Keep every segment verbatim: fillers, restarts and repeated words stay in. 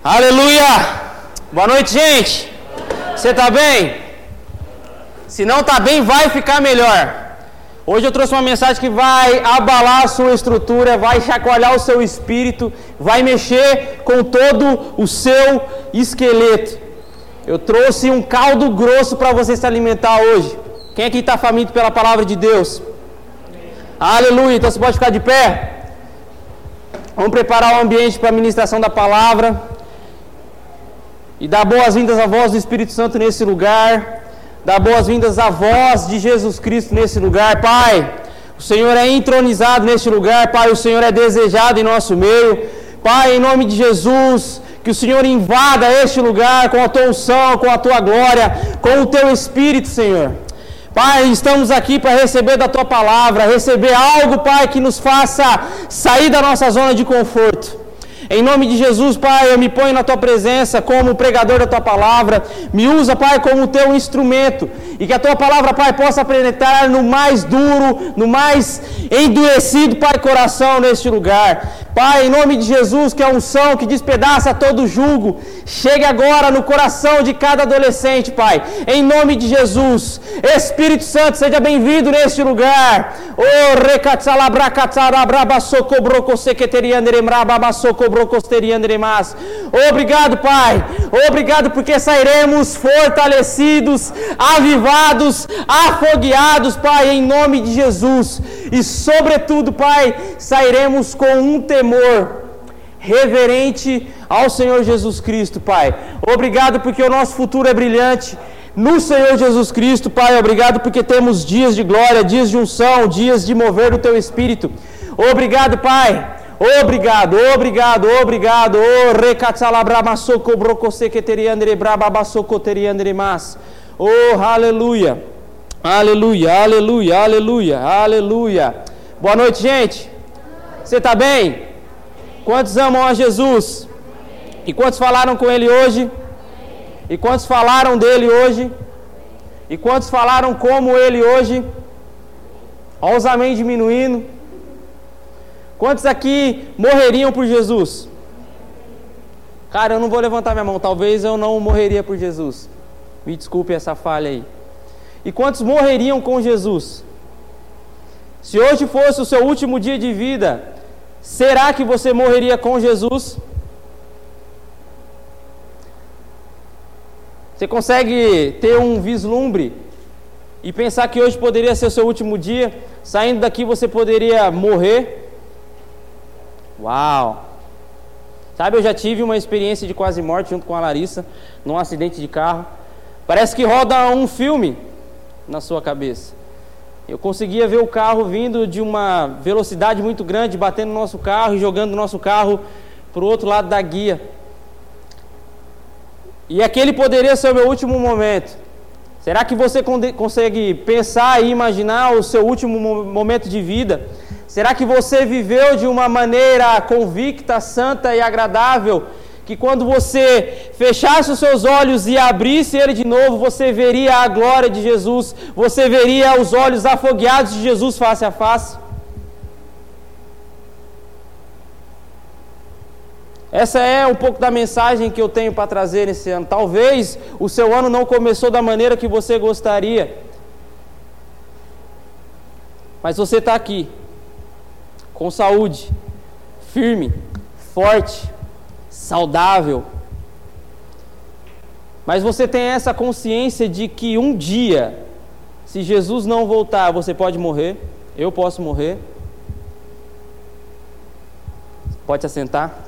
Aleluia! Boa noite, gente! Você tá bem? Se não tá bem, vai ficar melhor. Hoje eu trouxe uma mensagem que vai abalar a sua estrutura, vai chacoalhar o seu espírito, vai mexer com todo o seu esqueleto. Eu trouxe um caldo grosso para você se alimentar hoje. Quem aqui está faminto pela palavra de Deus? Aleluia! Então você pode ficar de pé? Vamos preparar o ambiente para a ministração da palavra. E dar boas-vindas à voz do Espírito Santo nesse lugar. Dar boas-vindas à voz de Jesus Cristo nesse lugar. Pai, o Senhor é entronizado neste lugar. Pai, o Senhor é desejado em nosso meio. Pai, em nome de Jesus, que o Senhor invada este lugar com a tua unção, com a tua glória, com o teu Espírito, Senhor. Pai, estamos aqui para receber da tua palavra, receber algo, Pai, que nos faça sair da nossa zona de conforto. Em nome de Jesus, Pai, eu me ponho na Tua presença como pregador da Tua palavra. Me usa, Pai, como Teu instrumento. E que a Tua palavra, Pai, possa penetrar no mais duro, no mais endurecido, Pai, coração neste lugar. Pai, em nome de Jesus, que a unção que despedaça todo jugo, chegue agora no coração de cada adolescente, Pai. Em nome de Jesus. Espírito Santo, seja bem-vindo neste lugar. Oh, obrigado, Pai. Obrigado porque sairemos fortalecidos, avivados, afogueados, Pai, em nome de Jesus. E sobretudo, Pai, sairemos com um temor reverente ao Senhor Jesus Cristo, Pai. Obrigado porque o nosso futuro é brilhante no Senhor Jesus Cristo, Pai. Obrigado porque temos dias de glória, dias de unção, dias de mover do Teu Espírito. Obrigado, Pai. Obrigado, obrigado, obrigado. Oh, aleluia, aleluia, aleluia, aleluia, aleluia. Boa noite, gente. Você está bem? Quantos amam a Jesus? E quantos falaram com Ele hoje? E quantos falaram dele hoje? E quantos falaram como Ele hoje? Olha os amém diminuindo. Quantos aqui morreriam por Jesus? Cara, eu não vou levantar minha mão. Talvez eu não morreria por Jesus. Me desculpe essa falha aí. E quantos morreriam com Jesus? Se hoje fosse o seu último dia de vida, será que você morreria com Jesus? Você consegue ter um vislumbre e pensar que hoje poderia ser o seu último dia? Saindo daqui você poderia morrer? Uau! Sabe, eu já tive uma experiência de quase morte junto com a Larissa, num acidente de carro. Parece que roda um filme na sua cabeça. Eu conseguia ver o carro vindo de uma velocidade muito grande, batendo no nosso carro e jogando o nosso carro para o outro lado da guia. E aquele poderia ser o meu último momento. Será que você consegue pensar e imaginar o seu último momento de vida? Será que você viveu de uma maneira convicta, santa e agradável, que quando você fechasse os seus olhos e abrisse ele de novo, você veria a glória de Jesus, você veria os olhos afogueados de Jesus face a face? Essa é um pouco da mensagem que eu tenho para trazer nesse ano. Talvez o seu ano não começou da maneira que você gostaria, mas você está aqui, com saúde, firme, forte, saudável. Mas você tem essa consciência de que um dia, se Jesus não voltar, você pode morrer, eu posso morrer. Pode se assentar.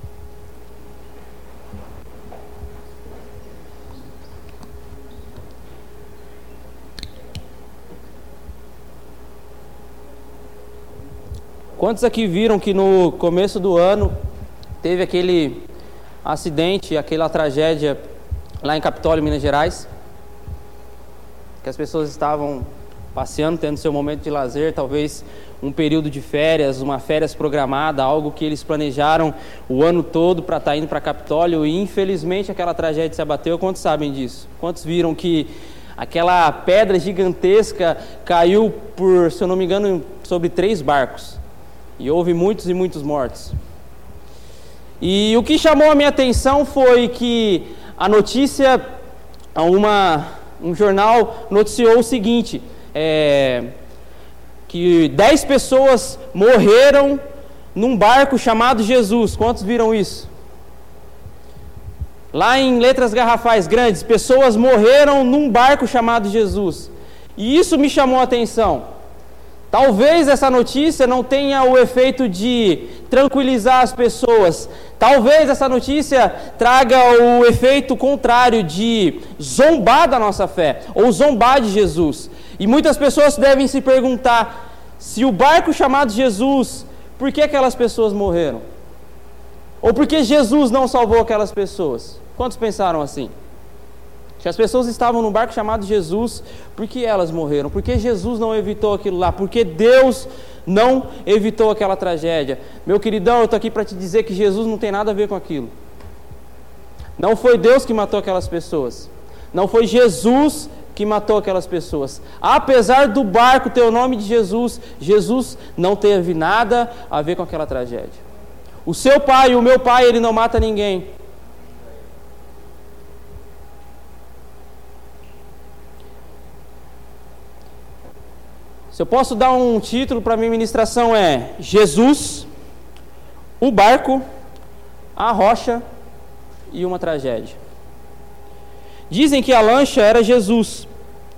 Quantos aqui viram que no começo do ano teve aquele acidente, aquela tragédia lá em Capitólio, Minas Gerais? Que as pessoas estavam passeando, tendo seu momento de lazer, talvez um período de férias, uma férias programada, algo que eles planejaram o ano todo para estar indo para Capitólio, e infelizmente aquela tragédia se abateu. Quantos sabem disso? Quantos viram que aquela pedra gigantesca caiu por, se eu não me engano, sobre três barcos? E houve muitos e muitos mortos. E o que chamou a minha atenção foi que a notícia, uma, um jornal noticiou o seguinte, é, que dez pessoas morreram num barco chamado Jesus. Quantos viram isso? Lá em letras garrafais grandes, pessoas morreram num barco chamado Jesus. E isso me chamou a atenção. Talvez essa notícia não tenha o efeito de tranquilizar as pessoas. Talvez essa notícia traga o efeito contrário de zombar da nossa fé, ou zombar de Jesus. E muitas pessoas devem se perguntar, se o barco chamado Jesus, por que aquelas pessoas morreram? Ou por que Jesus não salvou aquelas pessoas? Quantos pensaram assim? Se as pessoas estavam no barco chamado Jesus, por que elas morreram? Por que Jesus não evitou aquilo lá? Por que Deus não evitou aquela tragédia? Meu queridão, eu estou aqui para te dizer que Jesus não tem nada a ver com aquilo. Não foi Deus que matou aquelas pessoas. Não foi Jesus que matou aquelas pessoas. Apesar do barco ter o nome de Jesus, Jesus não teve nada a ver com aquela tragédia. O seu pai, o meu pai, ele não mata ninguém. Se eu posso dar um título para a minha ministração é Jesus, o barco, a rocha e uma tragédia. Dizem que a lancha era Jesus,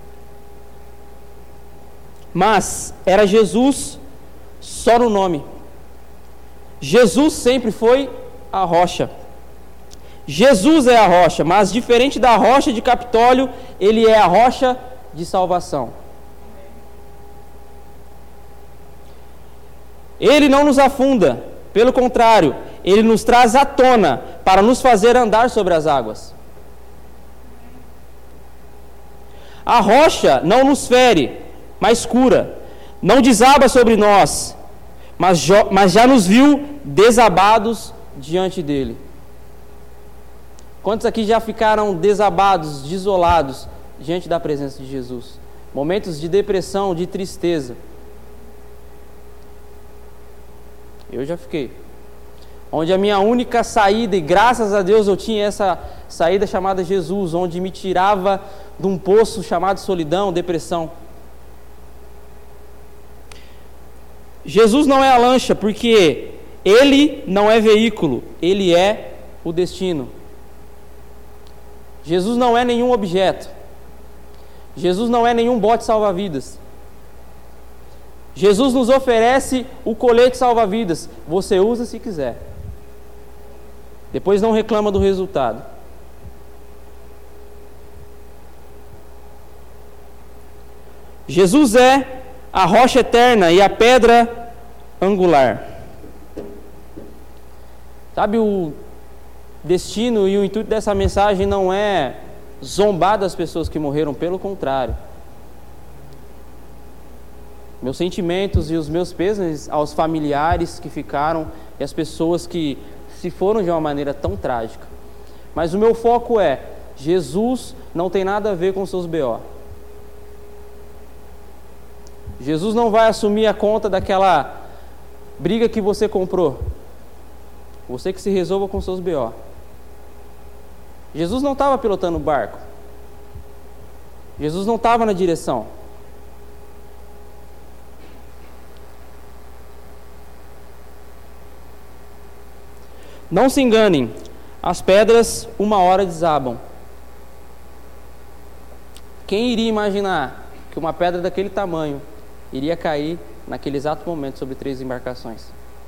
mas era Jesus só no nome. Jesus sempre foi a rocha. Jesus é a rocha, mas diferente da rocha de Capitólio, ele é a rocha de salvação. Ele não nos afunda, pelo contrário, ele nos traz à tona para nos fazer andar sobre as águas. A rocha não nos fere, mas cura, não desaba sobre nós, mas, mas já nos viu desabados diante dele. Quantos aqui já ficaram desabados, desolados diante da presença de Jesus? Momentos de depressão, de tristeza. Eu já fiquei. Onde a minha única saída, e graças a Deus eu tinha essa saída chamada Jesus, onde me tirava de um poço chamado solidão, depressão. Jesus não é a lancha, porque ele não é veículo, ele é o destino. Jesus não é nenhum objeto. Jesus não é nenhum bote salva-vidas. Jesus nos oferece o colete salva-vidas. Você usa se quiser. Depois não reclama do resultado. Jesus é a rocha eterna e a pedra angular. Sabe, o destino e o intuito dessa mensagem não é zombar das pessoas que morreram, pelo contrário. Meus sentimentos e os meus pêsames aos familiares que ficaram e as pessoas que se foram de uma maneira tão trágica. Mas o meu foco é, Jesus não tem nada a ver com seus B O. Jesus não vai assumir a conta daquela briga que você comprou. Você que se resolva com seus B O. Jesus não estava pilotando o barco. Jesus não estava na direção. Não se enganem, as pedras uma hora desabam. Quem iria imaginar que uma pedra daquele tamanho iria cair naquele exato momento sobre três embarcações?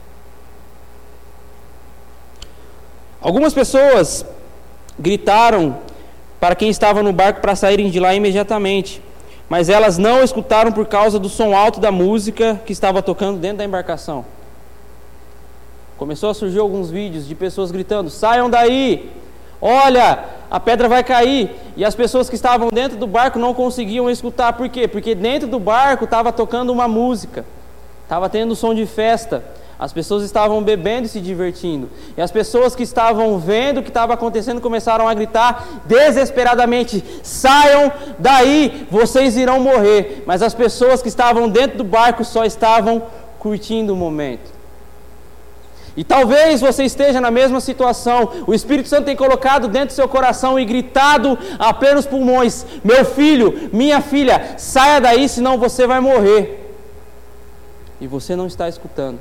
Algumas pessoas gritaram para quem estava no barco para saírem de lá imediatamente, mas elas não escutaram por causa do som alto da música que estava tocando dentro da embarcação. Começou a surgir alguns vídeos de pessoas gritando, saiam daí, olha, a pedra vai cair. E as pessoas que estavam dentro do barco não conseguiam escutar. Por quê? Porque dentro do barco estava tocando uma música, estava tendo som de festa. As pessoas estavam bebendo e se divertindo. E as pessoas que estavam vendo o que estava acontecendo começaram a gritar desesperadamente, saiam daí, vocês irão morrer. Mas as pessoas que estavam dentro do barco só estavam curtindo o momento. E talvez você esteja na mesma situação. O Espírito Santo tem colocado dentro do seu coração e gritado a plenos pulmões: meu filho, minha filha, saia daí, senão você vai morrer. E você não está escutando.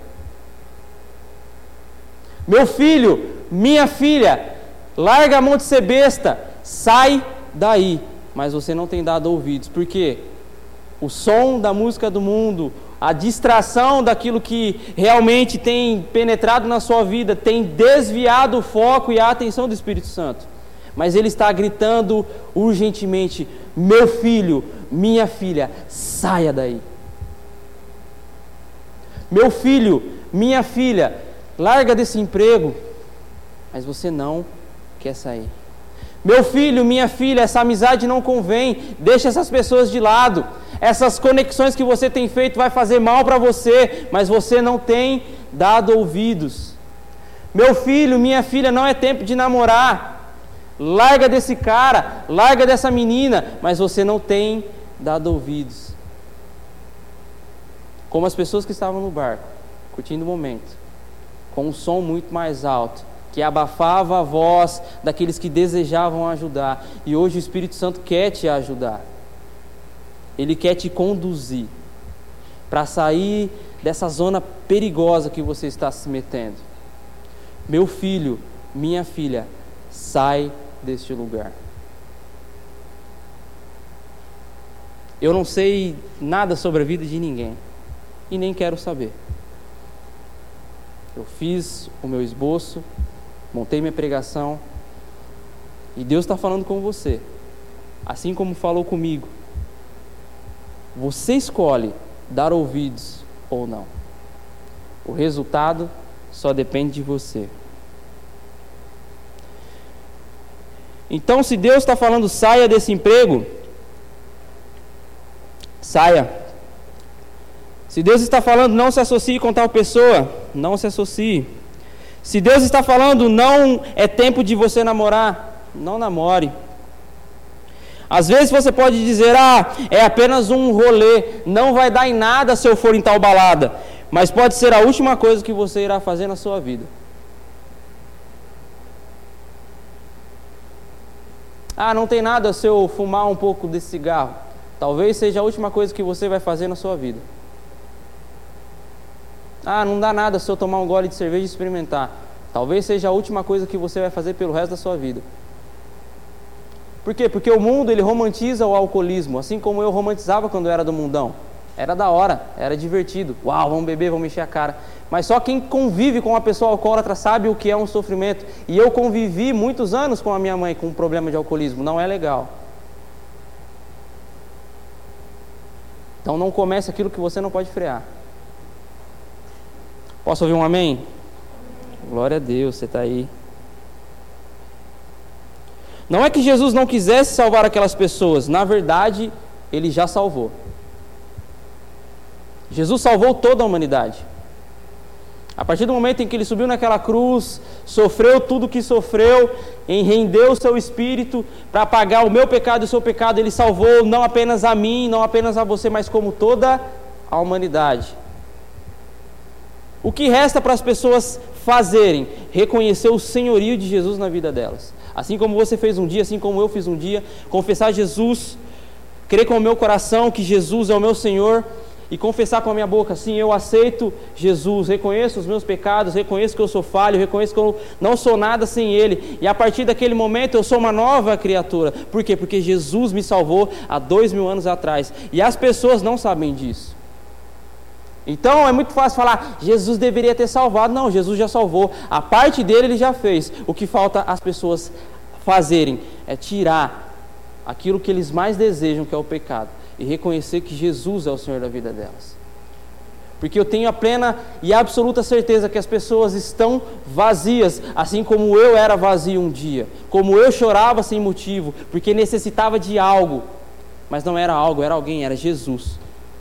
Meu filho, minha filha, larga a mão de ser besta, sai daí. Mas você não tem dado ouvidos. Por quê? O som da música do mundo, a distração daquilo que realmente tem penetrado na sua vida, tem desviado o foco e a atenção do Espírito Santo. Mas ele está gritando urgentemente: meu filho, minha filha, saia daí. Meu filho, minha filha, larga desse emprego. Mas você não quer sair. Meu filho, minha filha, essa amizade não convém, deixa essas pessoas de lado. Essas conexões que você tem feito vai fazer mal para você, mas você não tem dado ouvidos. Meu filho, minha filha, não é tempo de namorar. Larga desse cara, larga dessa menina, mas você não tem dado ouvidos. Como as pessoas que estavam no barco, curtindo o momento, com um som muito mais alto, que abafava a voz daqueles que desejavam ajudar. E hoje o Espírito Santo quer te ajudar. Ele quer te conduzir para sair dessa zona perigosa que você está se metendo. Meu filho, minha filha, sai deste lugar. Eu não sei nada sobre a vida de ninguém e nem quero saber. Eu fiz o meu esboço, montei minha pregação e Deus está falando com você, assim como falou comigo. Você escolhe dar ouvidos ou não. O resultado só depende de você. Então, se Deus está falando saia desse emprego, saia. Se Deus está falando não se associe com tal pessoa, não se associe. Se Deus está falando não é tempo de você namorar, não namore. Às vezes você pode dizer: ah, é apenas um rolê, não vai dar em nada se eu for em tal balada. Mas pode ser a última coisa que você irá fazer na sua vida. Ah, não tem nada se eu fumar um pouco desse cigarro. Talvez seja a última coisa que você vai fazer na sua vida. Ah, não dá nada se eu tomar um gole de cerveja e experimentar. Talvez seja a última coisa que você vai fazer pelo resto da sua vida. Por quê? Porque o mundo, ele romantiza o alcoolismo, assim como eu romantizava quando eu era do mundão. Era da hora, era divertido. Uau, vamos beber, vamos encher a cara. Mas só quem convive com uma pessoa alcoólatra sabe o que é um sofrimento. E eu convivi muitos anos com a minha mãe com um problema de alcoolismo. Não é legal. Então não comece aquilo que você não pode frear. Posso ouvir um amém? Glória a Deus, você está aí. Não é que Jesus não quisesse salvar aquelas pessoas. Na verdade, Ele já salvou. Jesus salvou toda a humanidade. A partir do momento em que Ele subiu naquela cruz, sofreu tudo o que sofreu, em rendeu o seu espírito para pagar o meu pecado e o seu pecado, Ele salvou não apenas a mim, não apenas a você, mas como toda a humanidade. O que resta para as pessoas fazerem? Reconhecer o senhorio de Jesus na vida delas. Assim como você fez um dia, assim como eu fiz um dia, confessar Jesus, crer com o meu coração que Jesus é o meu Senhor e confessar com a minha boca: sim, eu aceito Jesus, reconheço os meus pecados, reconheço que eu sou falho, reconheço que eu não sou nada sem Ele, e a partir daquele momento eu sou uma nova criatura. Por quê? Porque Jesus me salvou há dois mil anos atrás, e as pessoas não sabem disso. Então é muito fácil falar: Jesus deveria ter salvado. Não, Jesus já salvou, a parte dele Ele já fez. O que falta as pessoas fazerem é tirar aquilo que eles mais desejam, que é o pecado, e reconhecer que Jesus é o Senhor da vida delas. Porque eu tenho a plena e absoluta certeza que as pessoas estão vazias, assim como eu era vazio um dia, como eu chorava sem motivo, porque necessitava de algo, mas não era algo, era alguém, era Jesus.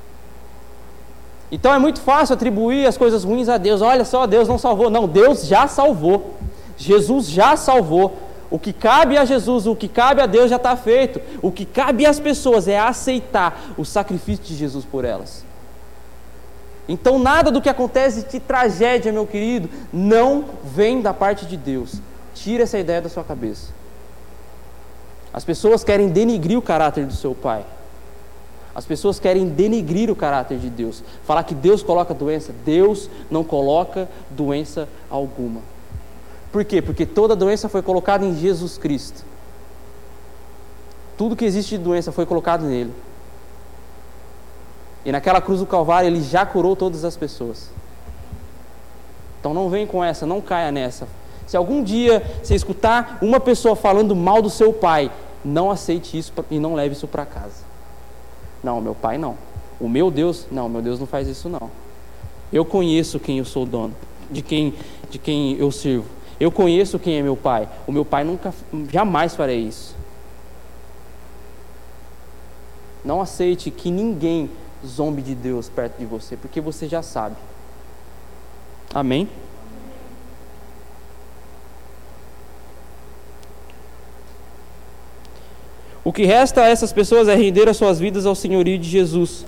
Então é muito fácil atribuir as coisas ruins a Deus. Olha só, Deus não salvou. Não, Deus já salvou. Jesus já salvou. O que cabe a Jesus, o que cabe a Deus já está feito. O que cabe às pessoas é aceitar o sacrifício de Jesus por elas. Então nada do que acontece de tragédia, meu querido, não vem da parte de Deus. Tira essa ideia da sua cabeça. As pessoas querem denigrir o caráter do seu pai. As pessoas querem denigrir o caráter de Deus. Falar que Deus coloca doença. Deus não coloca doença alguma. Por quê? Porque toda doença foi colocada em Jesus Cristo. Tudo que existe de doença foi colocado nele. E naquela cruz do Calvário ele já curou todas as pessoas. Então não vem com essa, não caia nessa. Se algum dia você escutar uma pessoa falando mal do seu pai, não aceite isso e não leve isso para casa. Não, meu pai não. O meu Deus, não, meu Deus não faz isso não. Eu conheço quem eu sou dono, de quem, de quem eu sirvo. Eu conheço quem é meu pai. O meu pai nunca, jamais farei isso. Não aceite que ninguém zombe de Deus perto de você, porque você já sabe. Amém? O que resta a essas pessoas é render as suas vidas ao senhorio de Jesus.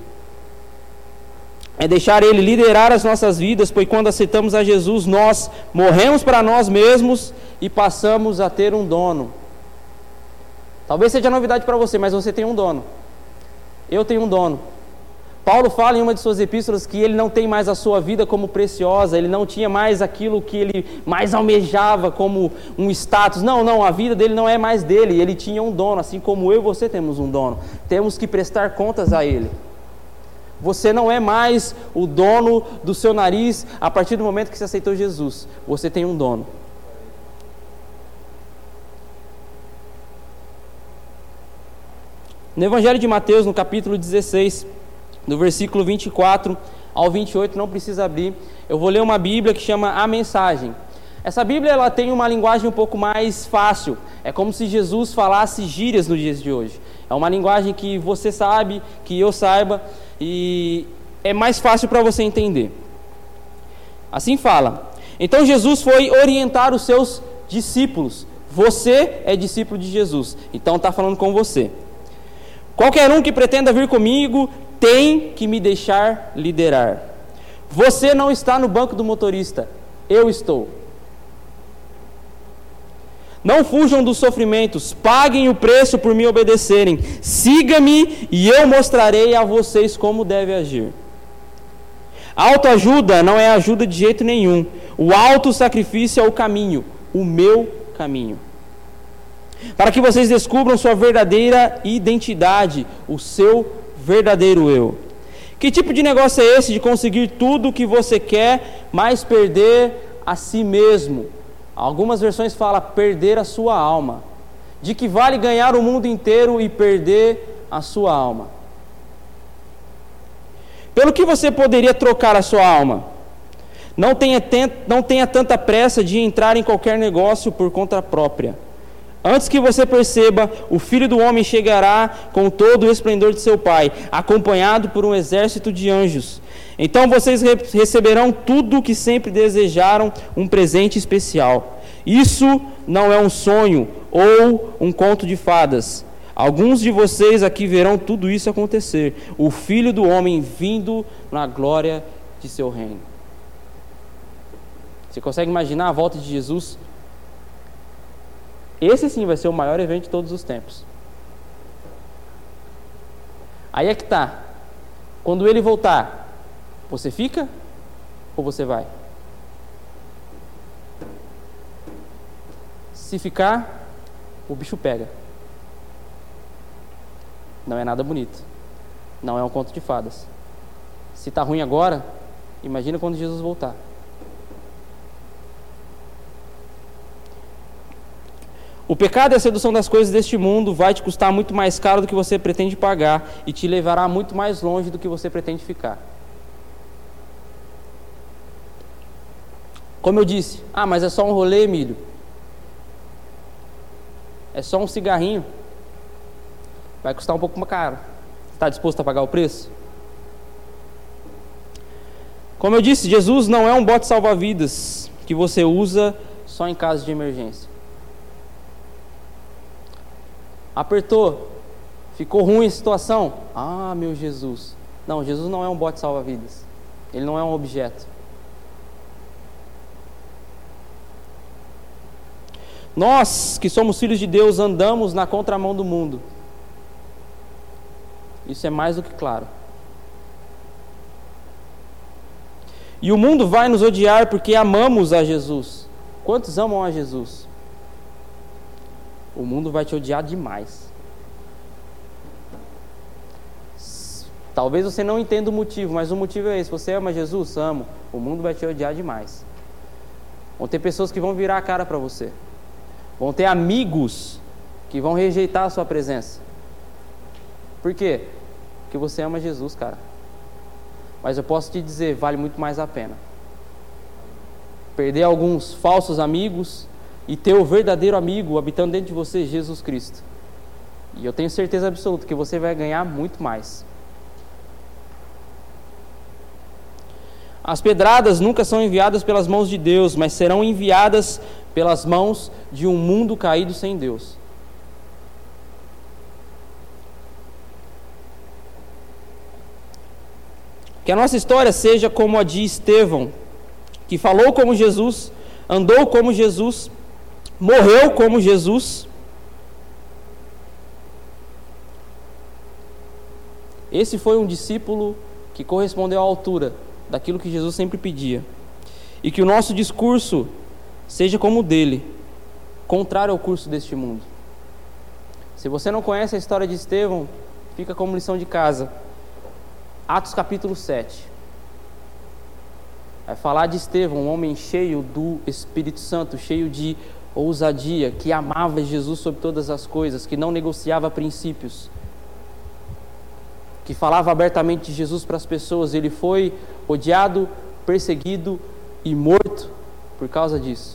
É deixar Ele liderar as nossas vidas, pois quando aceitamos a Jesus, nós morremos para nós mesmos e passamos a ter um dono. Talvez seja novidade para você, mas você tem um dono. Eu tenho um dono. Paulo fala em uma de suas epístolas que ele não tem mais a sua vida como preciosa, ele não tinha mais aquilo que ele mais almejava como um status. Não, não, a vida dele não é mais dele, ele tinha um dono, assim como eu e você temos um dono. Temos que prestar contas a ele. Você não é mais o dono do seu nariz a partir do momento que você aceitou Jesus. Você tem um dono. No Evangelho de Mateus, no capítulo dezesseis, do versículo vinte e quatro ao vinte e oito, não precisa abrir, eu vou ler uma Bíblia que chama A Mensagem. Essa Bíblia ela tem uma linguagem um pouco mais fácil, é como se Jesus falasse gírias nos dias de hoje. É uma linguagem que você sabe, que eu saiba, e é mais fácil para você entender. Assim fala: então Jesus foi orientar os seus discípulos. Você é discípulo de Jesus, então está falando com você. Qualquer um que pretenda vir comigo tem que me deixar liderar. Você não está no banco do motorista, eu estou. Não fujam dos sofrimentos, paguem o preço por me obedecerem. Siga-me e eu mostrarei a vocês como deve agir. Autoajuda não é ajuda de jeito nenhum. O autossacrifício é o caminho, o meu caminho. Para que vocês descubram sua verdadeira identidade, o seu verdadeiro eu. Que tipo de negócio é esse de conseguir tudo o que você quer, mas perder a si mesmo? Algumas versões falam perder a sua alma. De que vale ganhar o mundo inteiro e perder a sua alma? Pelo que você poderia trocar a sua alma? Não tenha, não tenha tanta pressa de entrar em qualquer negócio por conta própria. Antes que você perceba, o Filho do Homem chegará com todo o esplendor de seu Pai, acompanhado por um exército de anjos. Então vocês re- receberão tudo o que sempre desejaram, um presente especial. Isso não é um sonho ou um conto de fadas. Alguns de vocês aqui verão tudo isso acontecer. O Filho do Homem vindo na glória de seu reino. Você consegue imaginar a volta de Jesus? Esse sim vai ser o maior evento de todos os tempos. Aí é que está. Quando ele voltar, você fica ou você vai? Se ficar, o bicho pega. Não é nada bonito. Não é um conto de fadas. Se está ruim agora, imagina quando Jesus voltar. O pecado e a sedução das coisas deste mundo vai te custar muito mais caro do que você pretende pagar e te levará muito mais longe do que você pretende ficar. Como eu disse, ah, mas é só um rolê, Emílio. É só um cigarrinho. Vai custar um pouco mais caro. Está disposto a pagar o preço? Como eu disse, Jesus não é um bote salva-vidas que você usa só em caso de emergência. Apertou, ficou ruim a situação. Ah, meu Jesus. Não, Jesus não é um bote salva-vidas. Ele não é um objeto. Nós, que somos filhos de Deus, andamos na contramão do mundo. Isso é mais do que claro. E o mundo vai nos odiar porque amamos a Jesus. Quantos amam a Jesus? O mundo vai te odiar demais. Talvez você não entenda o motivo, mas o motivo é esse. Você ama Jesus? Amo. O mundo vai te odiar demais. Vão ter pessoas que vão virar a cara para você. Vão ter amigos que vão rejeitar a sua presença. Por quê? Porque você ama Jesus, cara. Mas eu posso te dizer, vale muito mais a pena perder alguns falsos amigos e ter o verdadeiro amigo habitando dentro de você, Jesus Cristo. E eu tenho certeza absoluta que você vai ganhar muito mais. As pedradas nunca são enviadas pelas mãos de Deus, mas serão enviadas pelas mãos de um mundo caído sem Deus. Que a nossa história seja como a de Estevão, que falou como Jesus, andou como Jesus, morreu como Jesus. Esse foi um discípulo que correspondeu à altura daquilo que Jesus sempre pedia. E que o nosso discurso seja como o dele, contrário ao curso deste mundo. Se você não conhece a história de Estevão, fica como lição de casa. Atos capítulo sete. Vai falar de Estevão, um homem cheio do Espírito Santo, cheio de ousadia, que amava Jesus sobre todas as coisas, que não negociava princípios, que falava abertamente de Jesus para as pessoas. Ele foi odiado, perseguido e morto por causa disso.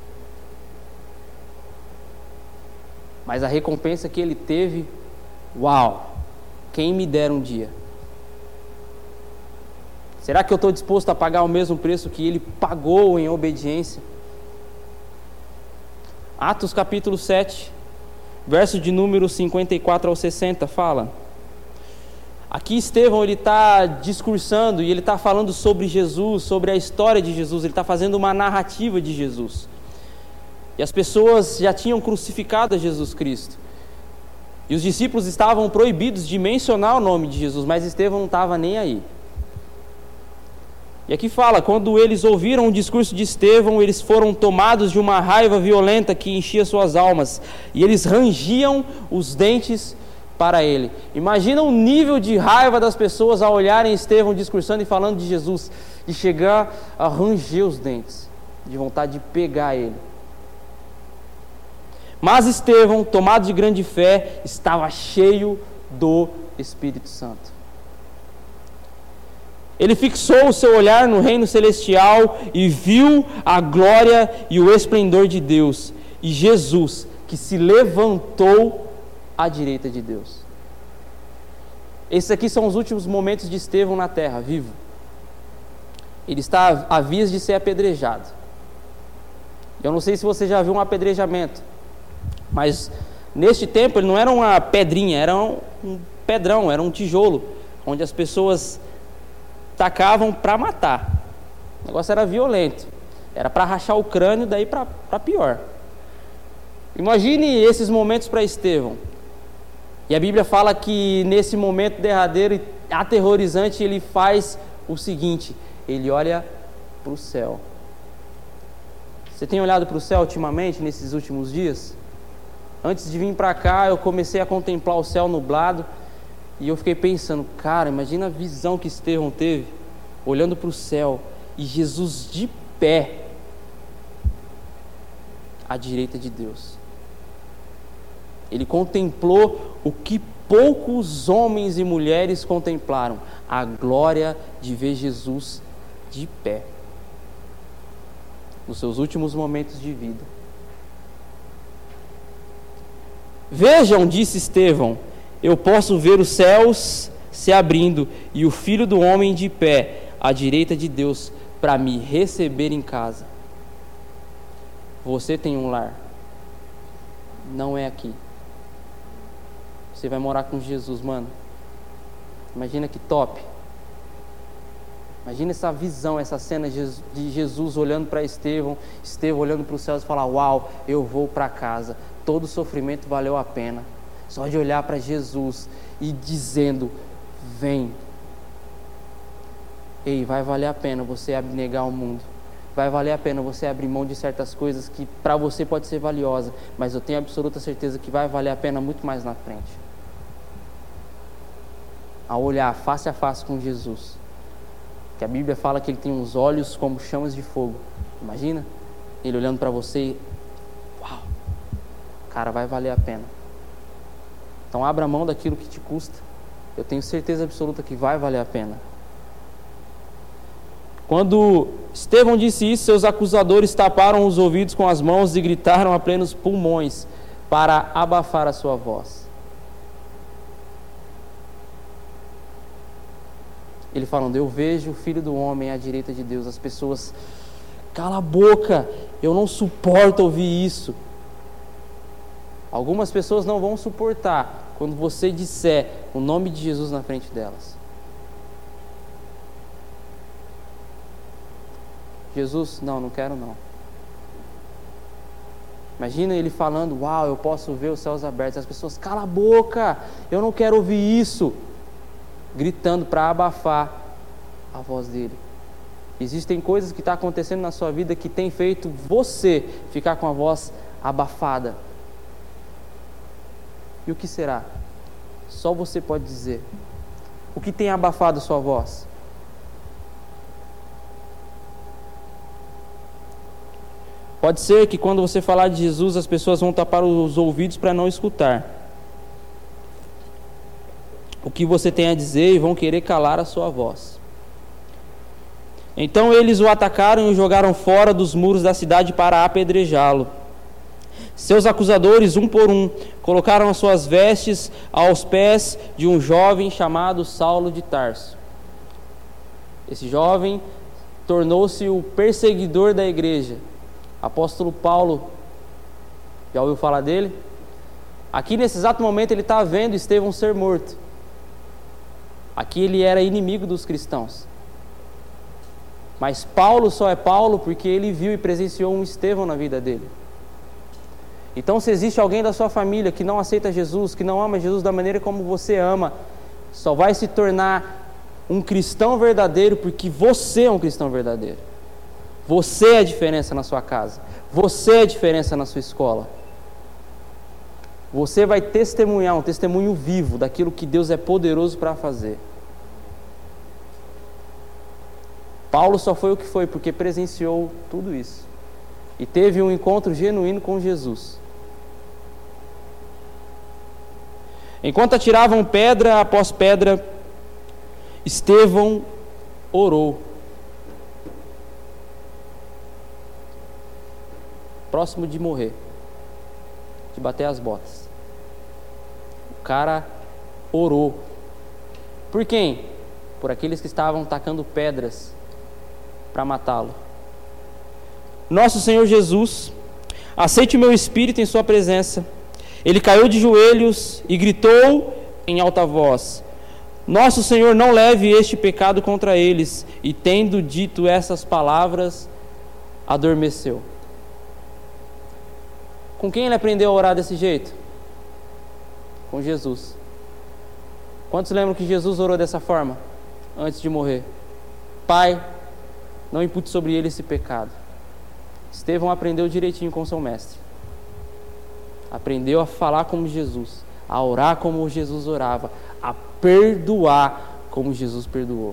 Mas a recompensa que ele teve, uau, quem me dera um dia. Será que eu estou disposto a pagar o mesmo preço que ele pagou em obediência? Atos capítulo sete, verso de número cinquenta e quatro ao sessenta, fala. Aqui Estevão, ele está discursando e ele está falando sobre Jesus, sobre a história de Jesus. Ele está fazendo uma narrativa de Jesus. E as pessoas já tinham crucificado a Jesus Cristo. E os discípulos estavam proibidos de mencionar o nome de Jesus, mas Estevão não estava nem aí. E aqui fala, quando eles ouviram o discurso de Estevão, eles foram tomados de uma raiva violenta que enchia suas almas, e eles rangiam os dentes para ele. Imagina o nível de raiva das pessoas ao olharem Estevão discursando e falando de Jesus, de chegar a ranger os dentes, de vontade de pegar ele. Mas Estevão, tomado de grande fé, estava cheio do Espírito Santo. Ele fixou o seu olhar no reino celestial e viu a glória e o esplendor de Deus, e Jesus, que se levantou à direita de Deus. Esses aqui são os últimos momentos de Estevão na terra, vivo. Ele está a vias de ser apedrejado. Eu não sei se você já viu um apedrejamento, mas neste tempo ele não era uma pedrinha, era um pedrão, era um tijolo, onde as pessoas tacavam para matar. O negócio era violento, era para rachar o crânio, daí para pior. Imagine esses momentos para Estevão. E a Bíblia fala que nesse momento derradeiro e aterrorizante, ele faz o seguinte: ele olha para o céu. Você tem olhado para o céu ultimamente, nesses últimos dias? Antes de vir para cá, eu comecei a contemplar o céu nublado, e eu fiquei pensando, cara, imagina a visão que Estevão teve, olhando para o céu, e Jesus de pé, à direita de Deus. Ele contemplou o que poucos homens e mulheres contemplaram, a glória de ver Jesus de pé, nos seus últimos momentos de vida. Vejam, disse Estevão, eu posso ver os céus se abrindo e o Filho do Homem de pé à direita de Deus para me receber em casa. Você tem um lar, não é aqui. Você vai morar com Jesus, mano. Imagina que top. Imagina essa visão, essa cena de Jesus olhando para Estevão, Estevão olhando para os céus e falar: uau, eu vou para casa, todo o sofrimento valeu a pena. Só de olhar para Jesus e dizendo: vem. Ei, vai valer a pena você abnegar o mundo. Vai valer a pena você abrir mão de certas coisas que para você pode ser valiosa, mas eu tenho absoluta certeza que vai valer a pena muito mais na frente. A olhar face a face com Jesus. Que a Bíblia fala que ele tem uns olhos como chamas de fogo. Imagina ele olhando para você e... uau, cara, vai valer a pena. Então abra mão daquilo que te custa. Eu tenho certeza absoluta que vai valer a pena. Quando Estevão disse isso, seus acusadores taparam os ouvidos com as mãos e gritaram a plenos pulmões para abafar a sua voz. Ele falando: eu vejo o Filho do Homem à direita de Deus. As pessoas: cala a boca, eu não suporto ouvir isso. Algumas pessoas não vão suportar quando você disser o nome de Jesus na frente delas. Jesus, não, não quero não. Imagina ele falando: uau, eu posso ver os céus abertos. As pessoas: cala a boca, eu não quero ouvir isso. Gritando para abafar a voz dele. Existem coisas que estão acontecendo na sua vida que tem feito você ficar com a voz abafada. E o que será? Só você pode dizer. O que tem abafado sua voz? Pode ser que quando você falar de Jesus, as pessoas vão tapar os ouvidos para não escutar o que você tem a dizer e vão querer calar a sua voz. Então eles o atacaram e o jogaram fora dos muros da cidade para apedrejá-lo. Seus acusadores, um por um, colocaram as suas vestes aos pés de um jovem chamado Saulo de Tarso. Esse jovem tornou-se o perseguidor da igreja. Apóstolo Paulo, já ouviu falar dele? Aqui nesse exato momento ele está vendo Estevão ser morto. Aqui ele era inimigo dos cristãos. Mas Paulo só é Paulo porque ele viu e presenciou um Estevão na vida dele. Então, se existe alguém da sua família que não aceita Jesus, que não ama Jesus da maneira como você ama, só vai se tornar um cristão verdadeiro porque você é um cristão verdadeiro. Você é a diferença na sua casa. Você é a diferença na sua escola. Você vai testemunhar, um testemunho vivo daquilo que Deus é poderoso para fazer. Paulo só foi o que foi porque presenciou tudo isso. E teve um encontro genuíno com Jesus. Enquanto atiravam pedra após pedra, Estevão orou. Próximo de morrer, de bater as botas. O cara orou. Por quem? Por aqueles que estavam tacando pedras para matá-lo. Nosso Senhor Jesus, aceite o meu espírito em sua presença. Ele caiu de joelhos e gritou em alta voz: Nosso Senhor, não leve este pecado contra eles. E tendo dito essas palavras, adormeceu. Com quem ele aprendeu a orar desse jeito? Com Jesus. Quantos lembram que Jesus orou dessa forma antes de morrer? Pai, não impute sobre ele esse pecado. Estevão aprendeu direitinho com seu mestre. Aprendeu a falar como Jesus, a orar como Jesus orava, a perdoar como Jesus perdoou.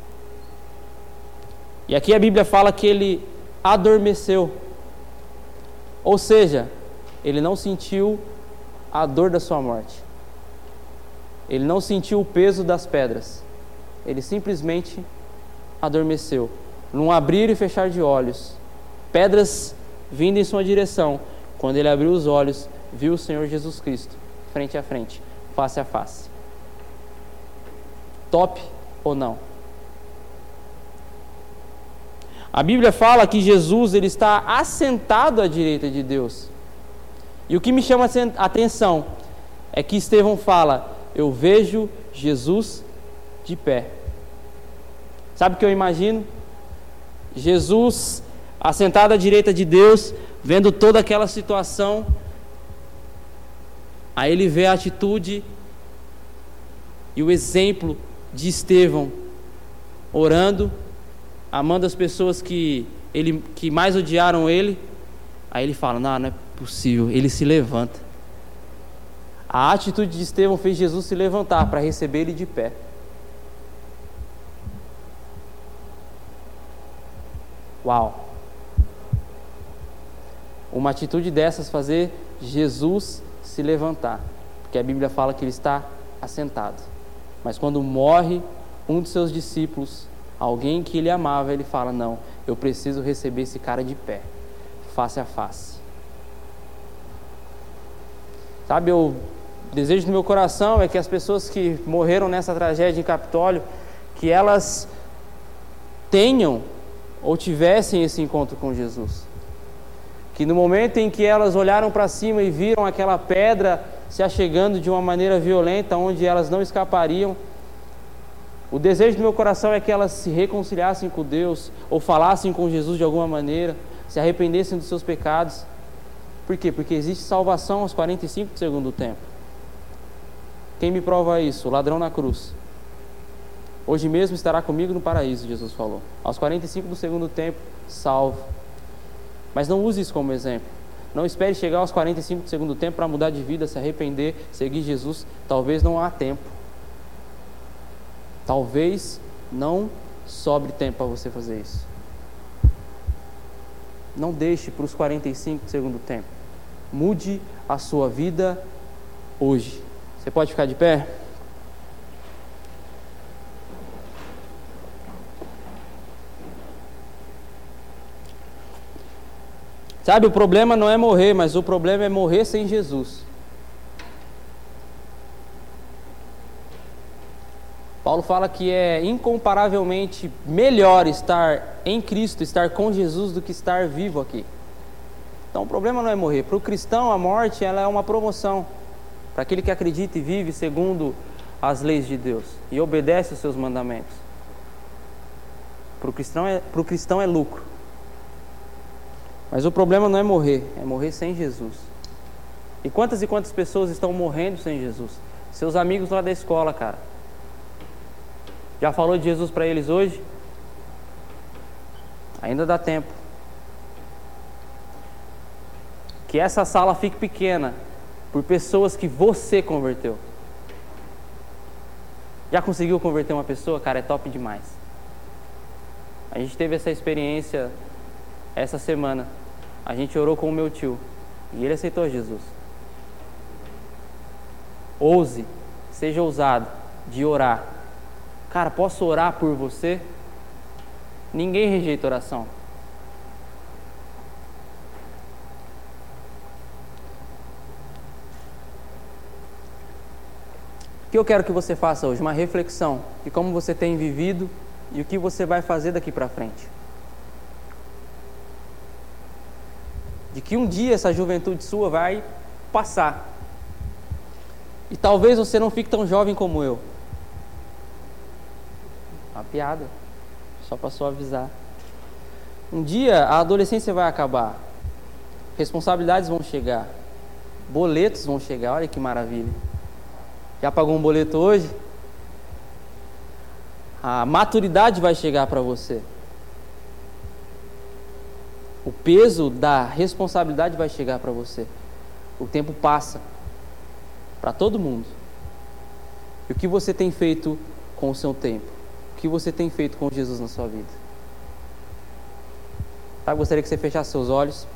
E aqui a Bíblia fala que ele adormeceu. Ou seja, ele não sentiu a dor da sua morte. Ele não sentiu o peso das pedras. Ele simplesmente adormeceu. Num abrir e fechar de olhos, pedras vindo em sua direção. Quando ele abriu os olhos, viu o Senhor Jesus Cristo, frente a frente, face a face. Top ou não? A Bíblia fala que Jesus ele está assentado à direita de Deus. E o que me chama a atenção é que Estevão fala: eu vejo Jesus de pé. Sabe o que eu imagino? Jesus, assentado à direita de Deus, vendo toda aquela situação, aí ele vê a atitude e o exemplo de Estevão, orando, amando as pessoas que, ele, que mais odiaram ele. Aí ele fala, não, não é possível. Ele se levanta. A atitude de Estevão fez Jesus se levantar para receber ele de pé. Uau! Uma atitude dessas fazer Jesus se levantar, porque a Bíblia fala que ele está assentado. Mas quando morre um de seus discípulos, alguém que ele amava, ele fala, não, eu preciso receber esse cara de pé, face a face. Sabe, o desejo do meu coração é que as pessoas que morreram nessa tragédia em Capitólio, que elas tenham ou tivessem esse encontro com Jesus. Que no momento em que elas olharam para cima e viram aquela pedra se achegando de uma maneira violenta, onde elas não escapariam, o desejo do meu coração é que elas se reconciliassem com Deus, ou falassem com Jesus de alguma maneira, se arrependessem dos seus pecados. Por quê? Porque existe salvação aos quarenta e cinco do segundo tempo. Quem me prova isso? O ladrão na cruz. Hoje mesmo estará comigo no paraíso, Jesus falou. Aos quarenta e cinco do segundo tempo, salvo. Mas não use isso como exemplo. Não espere chegar aos quarenta e cinco do segundo tempo para mudar de vida, se arrepender, seguir Jesus. Talvez não há tempo. Talvez não sobre tempo para você fazer isso. Não deixe para os quarenta e cinco do segundo tempo. Mude a sua vida hoje. Você pode ficar de pé? Sabe, o problema não é morrer, mas o problema é morrer sem Jesus. Paulo fala que é incomparavelmente melhor estar em Cristo, estar com Jesus, do que estar vivo aqui. Então o problema não é morrer. Para o cristão, a morte ela é uma promoção. Para aquele que acredita e vive segundo as leis de Deus e obedece os seus mandamentos. Para o cristão é, para o cristão é lucro. Mas o problema não é morrer, é morrer sem Jesus. E quantas e quantas pessoas estão morrendo sem Jesus? Seus amigos lá da escola, cara. Já falou de Jesus para eles hoje? Ainda dá tempo. Que essa sala fique pequena por pessoas que você converteu. Já conseguiu converter uma pessoa? Cara, é top demais. A gente teve essa experiência essa semana. A gente orou com o meu tio e ele aceitou Jesus. Ouse, seja ousado de orar. Cara, posso orar por você? Ninguém rejeita oração. O que eu quero que você faça hoje? Uma reflexão de como você tem vivido e o que você vai fazer daqui para frente. De que um dia essa juventude sua vai passar. E talvez você não fique tão jovem como eu. Uma piada, só para suavizar. Um dia a adolescência vai acabar. Responsabilidades vão chegar. Boletos vão chegar, olha que maravilha. Já pagou um boleto hoje? A maturidade vai chegar para você. O peso da responsabilidade vai chegar para você. O tempo passa para todo mundo. E o que você tem feito com o seu tempo? O que você tem feito com Jesus na sua vida? Tá? Eu gostaria que você fechasse seus olhos.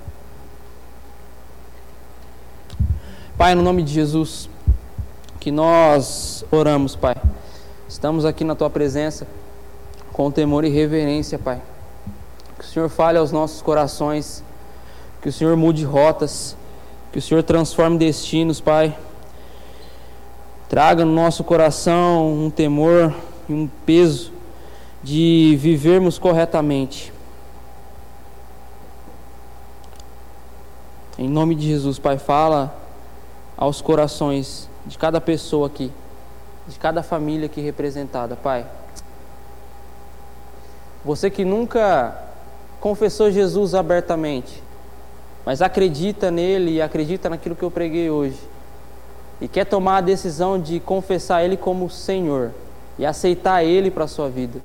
Pai, no nome de Jesus, que nós oramos, Pai. Estamos aqui na Tua presença com temor e reverência, Pai. Que o Senhor fale aos nossos corações, que o Senhor mude rotas, que o Senhor transforme destinos, Pai. Traga no nosso coração um temor e um peso de vivermos corretamente. Em nome de Jesus, Pai, fala aos corações de cada pessoa aqui, de cada família aqui representada, Pai. Você que nunca confessou Jesus abertamente, mas acredita nele e acredita naquilo que eu preguei hoje, e quer tomar a decisão de confessar Ele como Senhor e aceitar Ele para a sua vida.